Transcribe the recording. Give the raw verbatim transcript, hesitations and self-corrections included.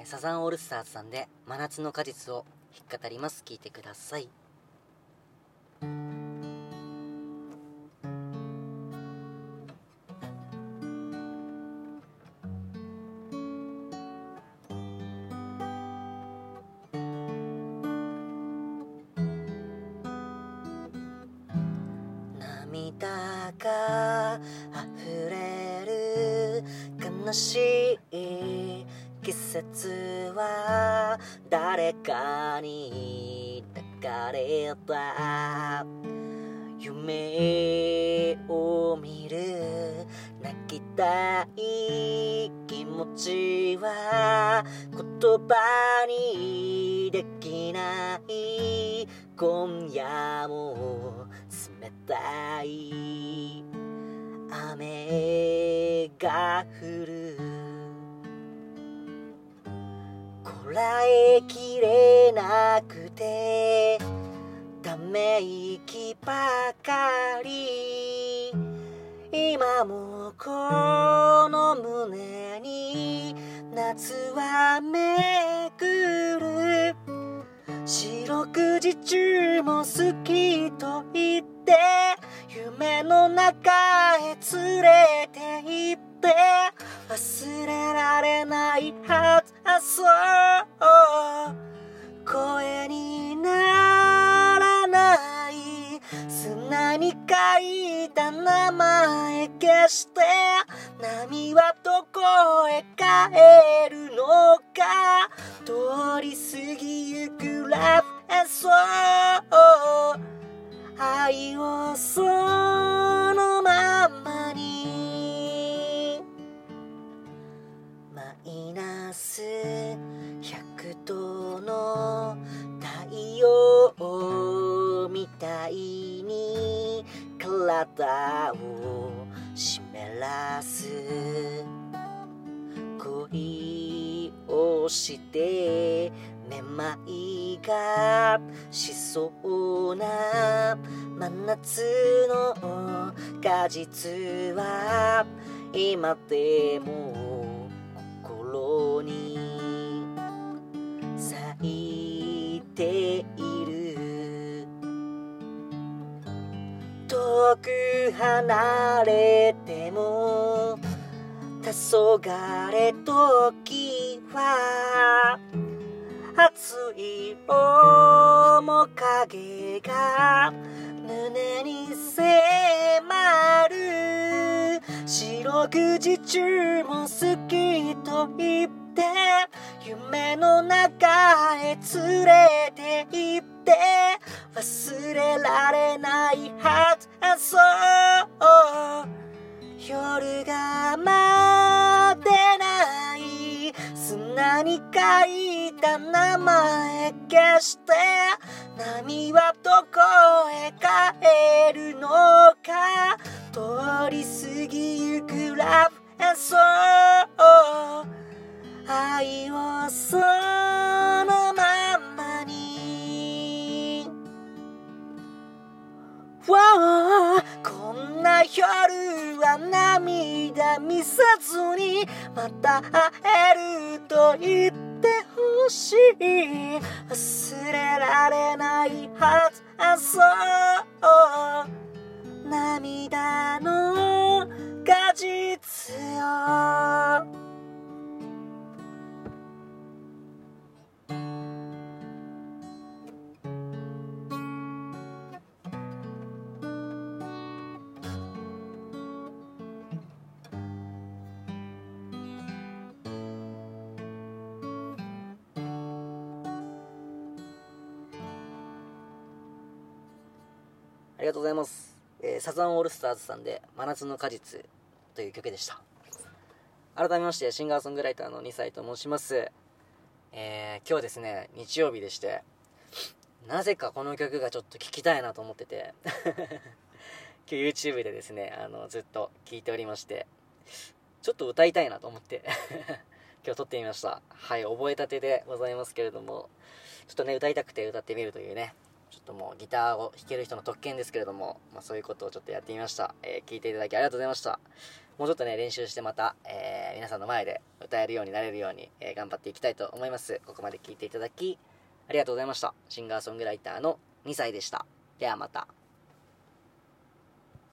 ー、サザンオールスターズさんで真夏の果実を弾き語ります。聴いてください。涙が溢れる悲しい季節は誰かに抱かれた夢を見る泣きたい気持ちは言葉にできない今夜も冷たい雨が降るこらえきれなくてため息ばかり今もこの胸に夏はめくる四六時中も好きと言って夢の中へ連れて行って忘れられないはずそう声にならない砂に書いた名前消して波はどこへ帰るのか通り過ぎゆくラブエソ愛をそのままにマイナスひゃくどの太陽みたいに体を湿らす恋をしてめまいがしそうな真夏の果実は今でも心に咲いている遠く離れても黄昏時は熱い面影が胸に迫る四六時中も好きと言って夢の中へ連れて行って忘れられないはずそう夜が待てない砂に書いた名前消して波はどこへ帰るのか通り過ぎゆくラブエソ愛をそのままにこんな夜は涙見せずにまた会えると言ってほしい忘れられないはずそう涙の果実よありがとうございます、えー、サザンオールスターズさんで真夏の果実という曲でした。改めましてシンガーソングライターのにさいと申します、えー、今日ですね日曜日でしてなぜかこの曲がちょっと聴きたいなと思ってて今日 YouTube でですねあのずっと聴いておりましてちょっと歌いたいなと思って今日撮ってみました。はい覚えたてでございますけれどもちょっとね歌いたくて歌ってみるというねちょっともうギターを弾ける人の特権ですけれども、まあ、そういうことをちょっとやってみました、えー、聞いていただきありがとうございました。 もうちょっとね練習してまた、えー、皆さんの前で歌えるようになれるように、えー、頑張っていきたいと思います。ここまで聞いていただきありがとうございました。シンガーソングライターのにさいでした。ではまた。